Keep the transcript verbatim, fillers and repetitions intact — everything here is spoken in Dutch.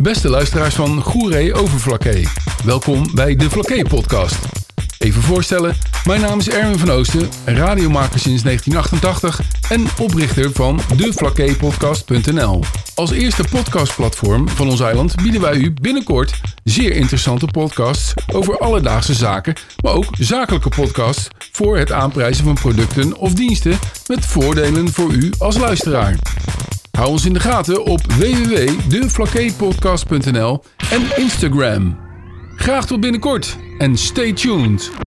Beste luisteraars van Goeree over Vlakke. Welkom bij de Vlakke podcast. Even voorstellen, mijn naam is Erwin van Oosten, radiomaker sinds negentien achtentachtig en oprichter van de vlakke podcast punt n l. Als eerste podcastplatform van ons eiland bieden wij u binnenkort zeer interessante podcasts over alledaagse zaken, maar ook zakelijke podcasts voor het aanprijzen van producten of diensten met voordelen voor u als luisteraar. Hou ons in de gaten op w w w punt de vlakke podcast punt n l en Instagram. Graag tot binnenkort en stay tuned.